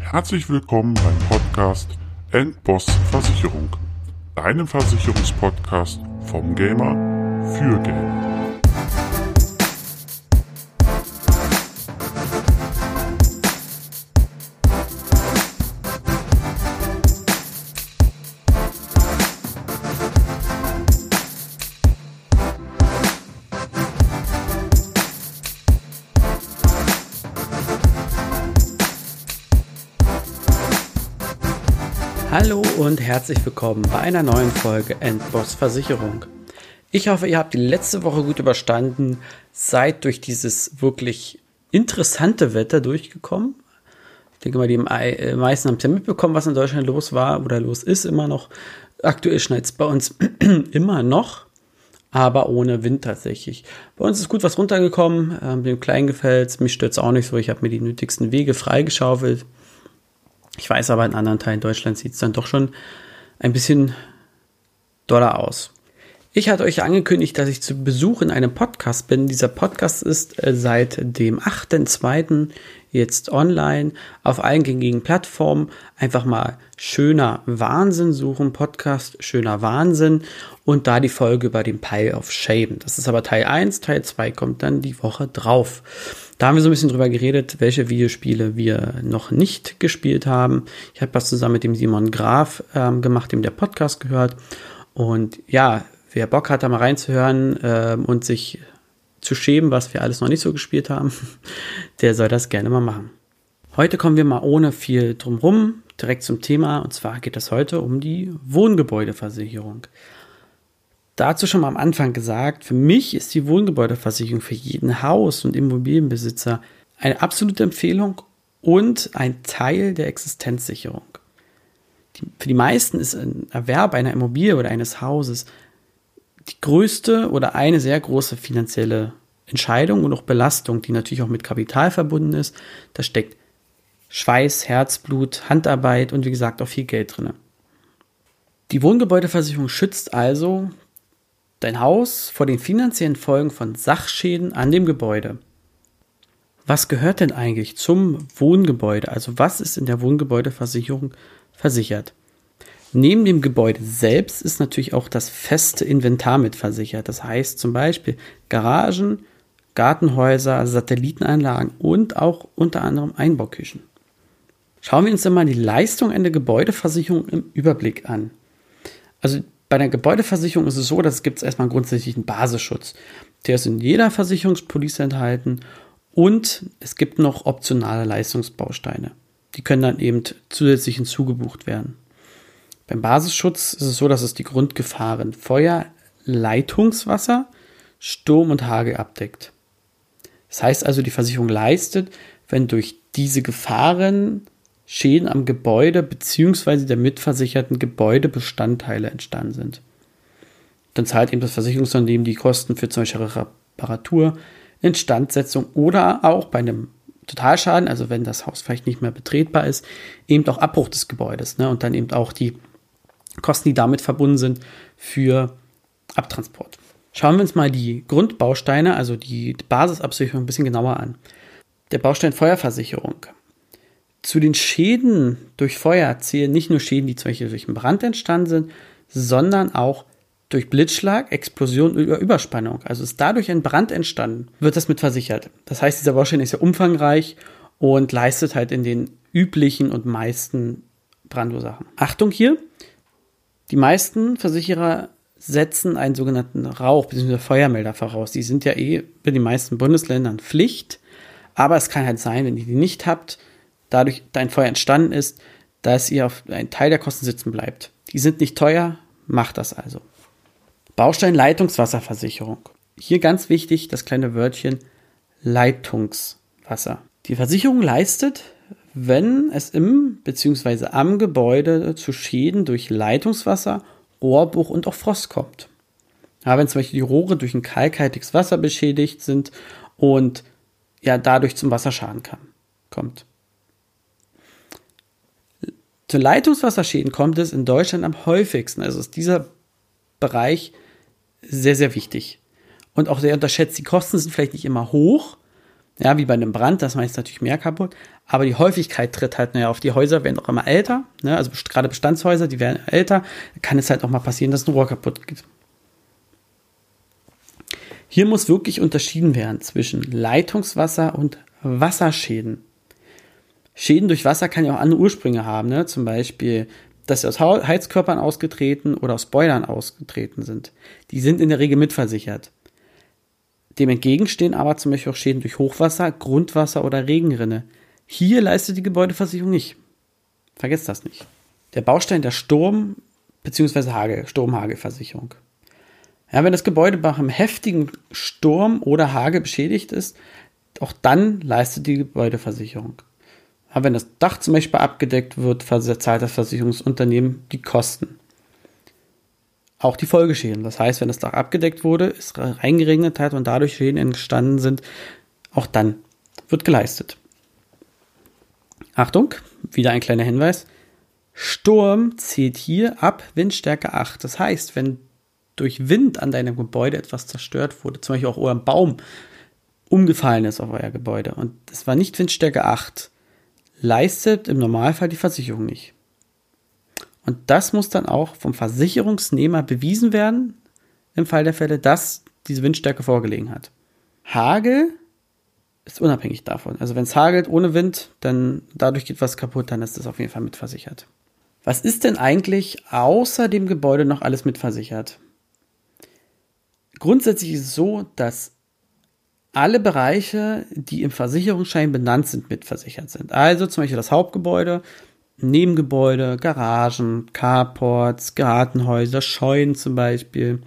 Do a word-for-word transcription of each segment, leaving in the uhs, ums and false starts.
Herzlich willkommen beim Podcast Endboss Versicherung, deinem Versicherungspodcast vom Gamer für Gamer. Hallo und herzlich willkommen bei einer neuen Folge Endboss Versicherung. Ich hoffe, ihr habt die letzte Woche gut überstanden, seid durch dieses wirklich interessante Wetter durchgekommen. Ich denke mal, die meisten haben es ja mitbekommen, was in Deutschland los war oder los ist immer noch. Aktuell schneit es bei uns immer noch, aber ohne Wind tatsächlich. Bei uns ist gut was runtergekommen, ähm, dem Kleinen gefällt es, mich stört es auch nicht so, ich habe mir die nötigsten Wege freigeschaufelt. Ich weiß aber, in anderen Teilen Deutschlands sieht es dann doch schon ein bisschen doller aus. Ich hatte euch angekündigt, dass ich zu Besuch in einem Podcast bin. Dieser Podcast ist äh, seit dem achten zweiten jetzt online auf allen gängigen Plattformen. Einfach mal schöner Wahnsinn suchen, Podcast schöner Wahnsinn und da die Folge über den Pile of Shame. Das ist aber Teil eins, Teil zwei kommt dann die Woche drauf. Da haben wir so ein bisschen drüber geredet, welche Videospiele wir noch nicht gespielt haben. Ich habe das zusammen mit dem Simon Graf ähm, gemacht, dem der Podcast gehört. Und ja, wer Bock hat, da mal reinzuhören ähm, und sich zu schämen, was wir alles noch nicht so gespielt haben, der soll das gerne mal machen. Heute kommen wir mal ohne viel drumrum direkt zum Thema. Und zwar geht es heute um die Wohngebäudeversicherung. Dazu schon mal am Anfang gesagt, für mich ist die Wohngebäudeversicherung für jeden Haus- und Immobilienbesitzer eine absolute Empfehlung und ein Teil der Existenzsicherung. Die, für die meisten ist ein Erwerb einer Immobilie oder eines Hauses die größte oder eine sehr große finanzielle Entscheidung und auch Belastung, die natürlich auch mit Kapital verbunden ist. Da steckt Schweiß, Herzblut, Handarbeit und wie gesagt auch viel Geld drin. Die Wohngebäudeversicherung schützt also dein Haus vor den finanziellen Folgen von Sachschäden an dem Gebäude. Was gehört denn eigentlich zum Wohngebäude? Also was ist in der Wohngebäudeversicherung versichert? Neben dem Gebäude selbst ist natürlich auch das feste Inventar mit versichert. Das heißt zum Beispiel Garagen, Gartenhäuser, Satellitenanlagen und auch unter anderem Einbauküchen. Schauen wir uns dann mal die Leistung einer Gebäudeversicherung im Überblick an. Also bei einer Gebäudeversicherung ist es so, dass es gibt erstmal grundsätzlich einen Basisschutz. Der ist in jeder Versicherungspolice enthalten und es gibt noch optionale Leistungsbausteine. Die können dann eben zusätzlich hinzugebucht werden. Beim Basisschutz ist es so, dass es die Grundgefahren Feuer, Leitungswasser, Sturm und Hagel abdeckt. Das heißt also, die Versicherung leistet, wenn durch diese Gefahren Schäden am Gebäude bzw. der mitversicherten Gebäudebestandteile entstanden sind. Dann zahlt eben das Versicherungsunternehmen die Kosten für zum Beispiel Reparatur, Instandsetzung oder auch bei einem Totalschaden, also wenn das Haus vielleicht nicht mehr betretbar ist, eben auch Abbruch des Gebäudes, ne? Und dann eben auch die Kosten, die damit verbunden sind für Abtransport. Schauen wir uns mal die Grundbausteine, also die Basisabsicherung ein bisschen genauer an. Der Baustein Feuerversicherung. Zu den Schäden durch Feuer zählen nicht nur Schäden, die zum Beispiel durch einen Brand entstanden sind, sondern auch durch Blitzschlag, Explosion oder Überspannung. Also ist dadurch ein Brand entstanden, wird das mit versichert. Das heißt, dieser Baustein ist ja umfangreich und leistet halt in den üblichen und meisten Brandursachen. Achtung hier, die meisten Versicherer setzen einen sogenannten Rauch- bzw. Feuermelder voraus. Die sind ja eh bei den meisten Bundesländern Pflicht, aber es kann halt sein, wenn ihr die nicht habt, dadurch dein Feuer entstanden ist, dass ihr auf einen Teil der Kosten sitzen bleibt. Die sind nicht teuer, macht das also. Baustein Leitungswasserversicherung. Hier ganz wichtig das kleine Wörtchen Leitungswasser. Die Versicherung leistet, wenn es im bzw. am Gebäude zu Schäden durch Leitungswasser, Rohrbruch und auch Frost kommt. Ja, wenn zum Beispiel die Rohre durch ein kalkhaltiges Wasser beschädigt sind und ja dadurch zum Wasserschaden kam, kommt. Zu Leitungswasserschäden kommt es in Deutschland am häufigsten. Also ist dieser Bereich sehr, sehr wichtig. Und auch sehr unterschätzt. Die Kosten sind vielleicht nicht immer hoch, Ja, wie bei einem Brand, das meist natürlich mehr kaputt. Aber die Häufigkeit tritt halt naja, auf. Die Häuser werden auch immer älter. Ne? Also gerade Bestandshäuser, die werden älter. Da kann es halt auch mal passieren, dass ein Rohr kaputt geht. Hier muss wirklich unterschieden werden zwischen Leitungswasser und Wasserschäden. Schäden durch Wasser kann ja auch andere Ursprünge haben. Ne? Zum Beispiel, dass sie aus Heizkörpern ausgetreten oder aus Boilern ausgetreten sind. Die sind in der Regel mitversichert. Dem entgegenstehen aber zum Beispiel auch Schäden durch Hochwasser, Grundwasser oder Regenrinne. Hier leistet die Gebäudeversicherung nicht. Vergesst das nicht. Der Baustein der Sturm- bzw. Hagel, Sturm-Hagelversicherung. Ja, wenn das Gebäude bei einem heftigen Sturm oder Hagel beschädigt ist, auch dann leistet die Gebäudeversicherung. Ja, wenn das Dach zum Beispiel abgedeckt wird, zahlt das Versicherungsunternehmen die Kosten. Auch die Folgeschäden. Das heißt, wenn das Dach abgedeckt wurde, es reingeregnet hat und dadurch Schäden entstanden sind, auch dann wird geleistet. Achtung, wieder ein kleiner Hinweis. Sturm zählt hier ab Windstärke acht. Das heißt, wenn durch Wind an deinem Gebäude etwas zerstört wurde, zum Beispiel auch euer Baum umgefallen ist auf euer Gebäude und es war nicht Windstärke acht, leistet im Normalfall die Versicherung nicht. Und das muss dann auch vom Versicherungsnehmer bewiesen werden, im Fall der Fälle, dass diese Windstärke vorgelegen hat. Hagel ist unabhängig davon. Also wenn es hagelt ohne Wind, dann dadurch geht was kaputt, dann ist das auf jeden Fall mitversichert. Was ist denn eigentlich außer dem Gebäude noch alles mitversichert? Grundsätzlich ist es so, dass alle Bereiche, die im Versicherungsschein benannt sind, mitversichert sind. Also zum Beispiel das Hauptgebäude, Nebengebäude, Garagen, Carports, Gartenhäuser, Scheunen zum Beispiel.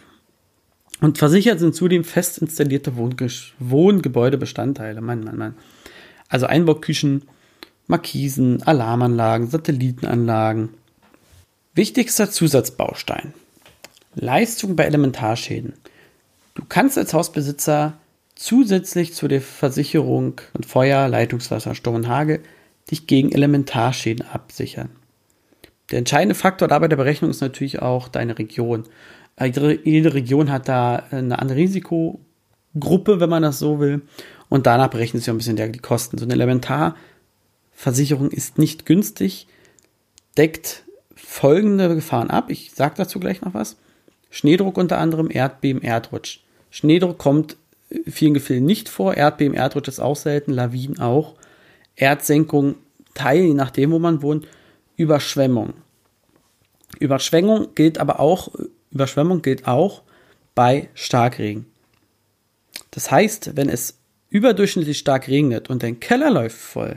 Und versichert sind zudem fest installierte Wohnge- Wohngebäudebestandteile. Mann, Mann, Mann. Also Einbauküchen, Markisen, Alarmanlagen, Satellitenanlagen. Wichtigster Zusatzbaustein. Leistung bei Elementarschäden. Du kannst als Hausbesitzer zusätzlich zu der Versicherung und Feuer, Leitungswasser, Sturm und Hagel dich gegen Elementarschäden absichern. Der entscheidende Faktor dabei der Berechnung ist natürlich auch deine Region. Jede Region hat da eine andere Risikogruppe, wenn man das so will. Und danach berechnet sich ein bisschen die Kosten. So eine Elementarversicherung ist nicht günstig, deckt folgende Gefahren ab. Ich sage dazu gleich noch was. Schneedruck unter anderem, Erdbeben, Erdrutsch. Schneedruck kommt vielen Gefilden nicht vor. Erdbeben, Erdrutsch ist auch selten, Lawinen auch. Erdsenkung, Teil, je nachdem, wo man wohnt. Überschwemmung. Überschwemmung gilt aber auch, Überschwemmung gilt auch bei Starkregen. Das heißt, wenn es überdurchschnittlich stark regnet und dein Keller läuft voll,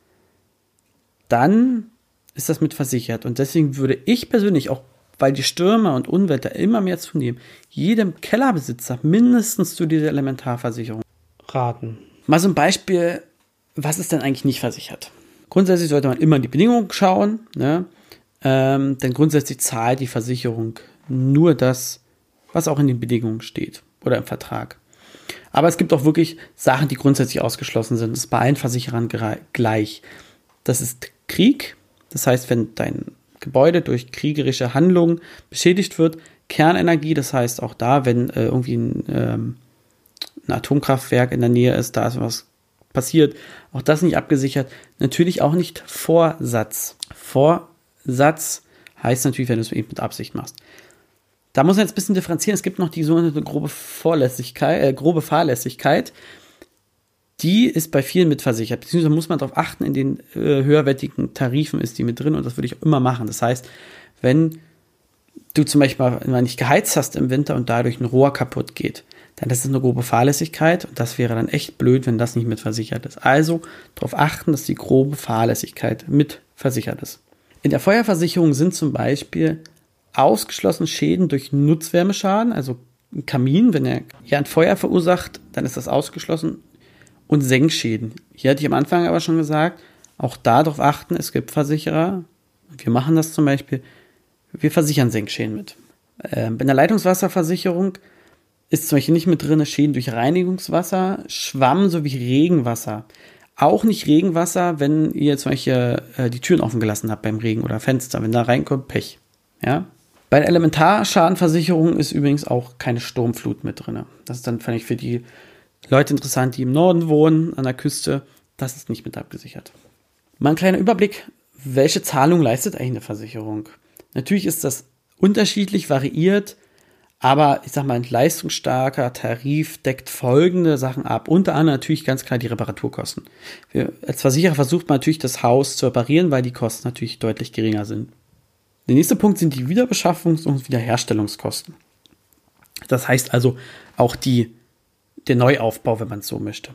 dann ist das mit versichert. Und deswegen würde ich persönlich, auch weil die Stürme und Unwetter immer mehr zunehmen, jedem Kellerbesitzer mindestens zu dieser Elementarversicherung raten. Mal so ein Beispiel, was ist denn eigentlich nicht versichert? Grundsätzlich sollte man immer in die Bedingungen schauen, ne? ähm, denn grundsätzlich zahlt die Versicherung nur das, was auch in den Bedingungen steht oder im Vertrag. Aber es gibt auch wirklich Sachen, die grundsätzlich ausgeschlossen sind. Das ist bei allen Versicherern gleich. Das ist Krieg, das heißt, wenn dein Gebäude durch kriegerische Handlungen beschädigt wird. Kernenergie, das heißt auch da, wenn äh, irgendwie ein, ähm, ein Atomkraftwerk in der Nähe ist, da ist was passiert, auch das nicht abgesichert. Natürlich auch nicht Vorsatz. Vorsatz heißt natürlich, wenn du es eben mit Absicht machst. Da muss man jetzt ein bisschen differenzieren. Es gibt noch die sogenannte grobe Vorlässigkeit, äh, grobe Fahrlässigkeit. Die ist bei vielen mitversichert. Beziehungsweise muss man darauf achten, in den äh, höherwertigen Tarifen ist die mit drin und das würde ich auch immer machen. Das heißt, wenn du zum Beispiel mal nicht geheizt hast im Winter und dadurch ein Rohr kaputt geht, dann ist das eine grobe Fahrlässigkeit und das wäre dann echt blöd, wenn das nicht mitversichert ist. Also darauf achten, dass die grobe Fahrlässigkeit mitversichert ist. In der Feuerversicherung sind zum Beispiel ausgeschlossen Schäden durch Nutzwärmeschaden, also ein Kamin, wenn er ja ein Feuer verursacht, dann ist das ausgeschlossen. Und Senkschäden. Hier hatte ich am Anfang aber schon gesagt, auch darauf achten, es gibt Versicherer, wir machen das zum Beispiel, wir versichern Senkschäden mit. Ähm, bei der Leitungswasserversicherung ist zum Beispiel nicht mit drin Schäden durch Reinigungswasser, Schwamm sowie Regenwasser. Auch nicht Regenwasser, wenn ihr zum Beispiel äh, die Türen offen gelassen habt beim Regen oder Fenster, wenn da reinkommt, Pech. Ja? Bei der Elementarschadenversicherung ist übrigens auch keine Sturmflut mit drin. Das ist dann vielleicht für die Leute interessant, die im Norden wohnen, an der Küste. Das ist nicht mit abgesichert. Mal ein kleiner Überblick, welche Zahlung leistet eigentlich eine Versicherung? Natürlich ist das unterschiedlich, variiert, aber ich sag mal, ein leistungsstarker Tarif deckt folgende Sachen ab. Unter anderem natürlich ganz klar die Reparaturkosten. Wir, als Versicherer versucht man natürlich, das Haus zu reparieren, weil die Kosten natürlich deutlich geringer sind. Der nächste Punkt sind die Wiederbeschaffungs- und Wiederherstellungskosten. Das heißt also auch die, der Neuaufbau, wenn man es so möchte.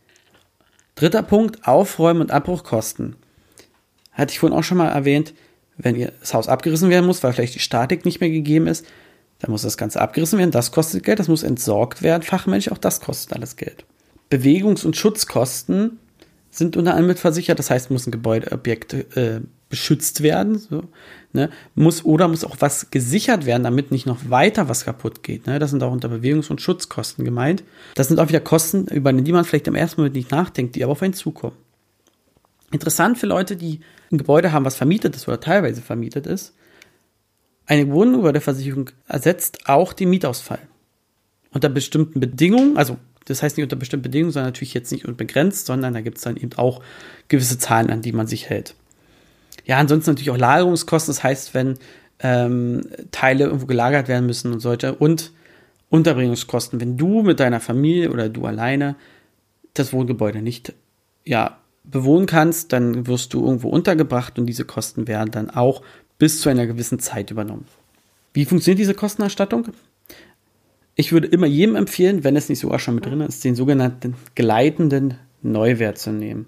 Dritter Punkt, Aufräumen- und Abbruchkosten. Hatte ich vorhin auch schon mal erwähnt, wenn ihr das Haus abgerissen werden muss, weil vielleicht die Statik nicht mehr gegeben ist, dann muss das Ganze abgerissen werden, das kostet Geld, das muss entsorgt werden, fachmännisch, auch das kostet alles Geld. Bewegungs- und Schutzkosten sind unter anderem mit versichert, das heißt, muss ein Gebäudeobjekt äh, beschützt werden, so, ne? muss, oder muss auch was gesichert werden, damit nicht noch weiter was kaputt geht. Ne? Das sind auch unter Bewegungs- und Schutzkosten gemeint. Das sind auch wieder Kosten, über die man vielleicht im ersten Moment nicht nachdenkt, die aber auf einen zukommen. Interessant für Leute, die ein Gebäude haben, was vermietet ist oder teilweise vermietet ist, eine Wohngebäudeversicherung ersetzt auch den Mietausfall. Unter bestimmten Bedingungen, also das heißt nicht unter bestimmten Bedingungen, sondern natürlich jetzt nicht unbegrenzt, sondern da gibt es dann eben auch gewisse Zahlen, an die man sich hält. Ja, ansonsten natürlich auch Lagerungskosten, das heißt, wenn ähm, Teile irgendwo gelagert werden müssen und solche, und Unterbringungskosten, wenn du mit deiner Familie oder du alleine das Wohngebäude nicht ja, bewohnen kannst, dann wirst du irgendwo untergebracht und diese Kosten werden dann auch bis zu einer gewissen Zeit übernommen. Wie funktioniert diese Kostenerstattung? Ich würde immer jedem empfehlen, wenn es nicht sogar schon mit drin ist, den sogenannten gleitenden Neuwert zu nehmen.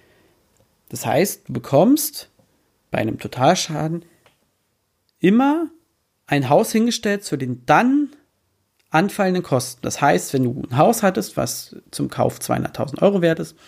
Das heißt, du bekommst bei einem Totalschaden immer ein Haus hingestellt zu den dann anfallenden Kosten. Das heißt, wenn du ein Haus hattest, was zum Kauf zweihunderttausend Euro wert ist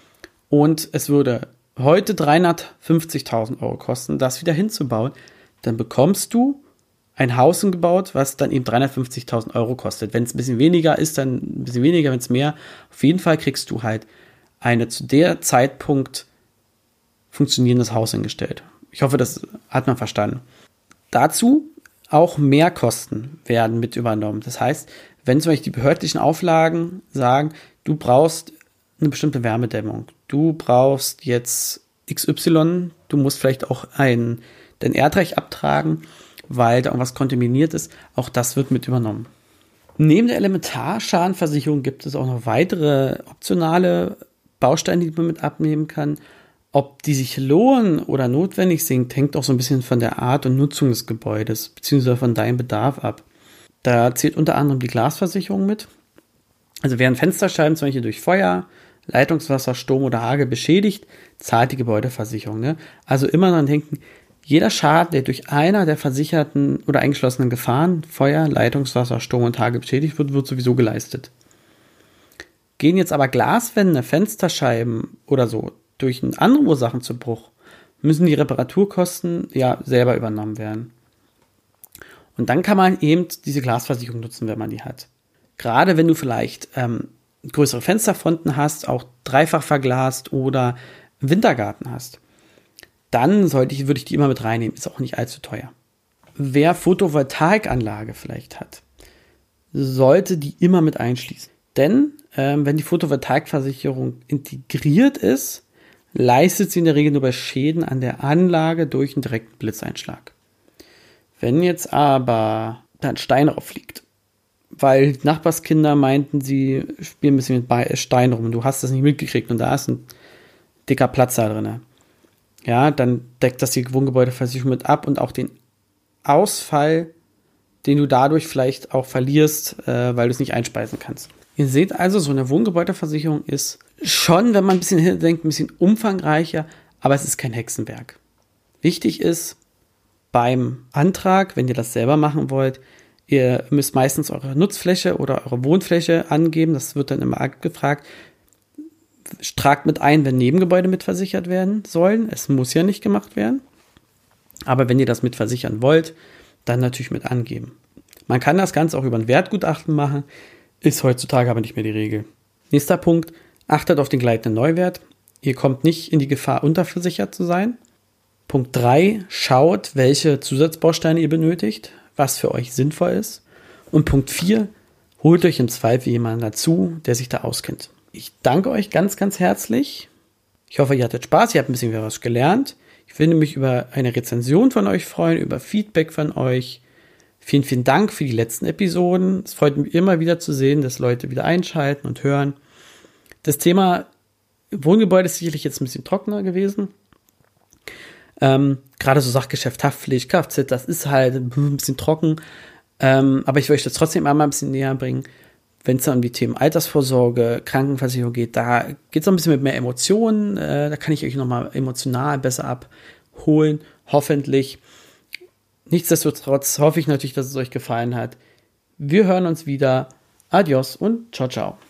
und es würde heute dreihundertfünfzigtausend Euro kosten, das wieder hinzubauen, dann bekommst du ein Haus gebaut, was dann eben dreihundertfünfzigtausend Euro kostet. Wenn es ein bisschen weniger ist, dann ein bisschen weniger, wenn es mehr. Auf jeden Fall kriegst du halt eine zu der Zeitpunkt funktionierendes Haus hingestellt. Ich hoffe, das hat man verstanden. Dazu auch Mehrkosten werden mit übernommen. Das heißt, wenn zum Beispiel die behördlichen Auflagen sagen, du brauchst eine bestimmte Wärmedämmung, du brauchst jetzt X Y, du musst vielleicht auch ein, dein Erdreich abtragen, weil da irgendwas kontaminiert ist, auch das wird mit übernommen. Neben der Elementarschadenversicherung gibt es auch noch weitere optionale Bausteine, die man mit abnehmen kann. Ob die sich lohnen oder notwendig sind, hängt auch so ein bisschen von der Art und Nutzung des Gebäudes, beziehungsweise von deinem Bedarf ab. Da zählt unter anderem die Glasversicherung mit. Also werden Fensterscheiben zum Beispiel durch Feuer, Leitungswasser, Sturm oder Hagel beschädigt, zahlt die Gebäudeversicherung. Ne? Also immer daran denken, jeder Schaden, der durch einer der versicherten oder eingeschlossenen Gefahren, Feuer, Leitungswasser, Sturm und Hagel beschädigt wird, wird sowieso geleistet. Gehen jetzt aber Glaswände, Fensterscheiben oder so durch eine andere Ursachen zu Bruch, müssen die Reparaturkosten ja selber übernommen werden. Und dann kann man eben diese Glasversicherung nutzen, wenn man die hat. Gerade wenn du vielleicht ähm, größere Fensterfronten hast, auch dreifach verglast oder einen Wintergarten hast, dann sollte ich, würde ich die immer mit reinnehmen. Ist auch nicht allzu teuer. Wer Photovoltaikanlage vielleicht hat, sollte die immer mit einschließen. Denn ähm, wenn die Photovoltaikversicherung integriert ist, leistet sie in der Regel nur bei Schäden an der Anlage durch einen direkten Blitzeinschlag. Wenn jetzt aber da ein Stein drauf liegt, weil die Nachbarskinder meinten, sie spielen ein bisschen mit Stein rum und du hast das nicht mitgekriegt und da ist ein dicker Platzer drin, ja, dann deckt das die Wohngebäudeversicherung mit ab und auch den Ausfall, den du dadurch vielleicht auch verlierst, äh, weil du es nicht einspeisen kannst. Ihr seht also, so eine Wohngebäudeversicherung ist schon, wenn man ein bisschen hindenkt, ein bisschen umfangreicher, aber es ist kein Hexenwerk. Wichtig ist beim Antrag, wenn ihr das selber machen wollt, ihr müsst meistens eure Nutzfläche oder eure Wohnfläche angeben, das wird dann immer abgefragt. Tragt mit ein, wenn Nebengebäude mitversichert werden sollen. Es muss ja nicht gemacht werden. Aber wenn ihr das mitversichern wollt, dann natürlich mit angeben. Man kann das Ganze auch über ein Wertgutachten machen, ist heutzutage aber nicht mehr die Regel. Nächster Punkt, achtet auf den gleitenden Neuwert. Ihr kommt nicht in die Gefahr, unterversichert zu sein. Punkt drei, schaut, welche Zusatzbausteine ihr benötigt, was für euch sinnvoll ist. Und Punkt vier, Holt euch im Zweifel jemanden dazu, der sich da auskennt. Ich danke euch ganz, ganz herzlich. Ich hoffe, ihr hattet Spaß, ihr habt ein bisschen was gelernt. Ich würde mich über eine Rezension von euch freuen, über Feedback von euch. Vielen, vielen Dank für die letzten Episoden. Es freut mich immer wieder zu sehen, dass Leute wieder einschalten und hören. Das Thema Wohngebäude ist sicherlich jetzt ein bisschen trockener gewesen. Ähm, gerade so Sachgeschäft, Haftpflicht, Kfz, das ist halt ein bisschen trocken. Ähm, aber ich will euch das trotzdem einmal ein bisschen näher bringen. Wenn es dann um die Themen Altersvorsorge, Krankenversicherung geht, da geht es noch ein bisschen mit mehr Emotionen. Äh, da kann ich euch nochmal emotional besser abholen, hoffentlich. Nichtsdestotrotz hoffe ich natürlich, dass es euch gefallen hat. Wir hören uns wieder. Adios und ciao, ciao.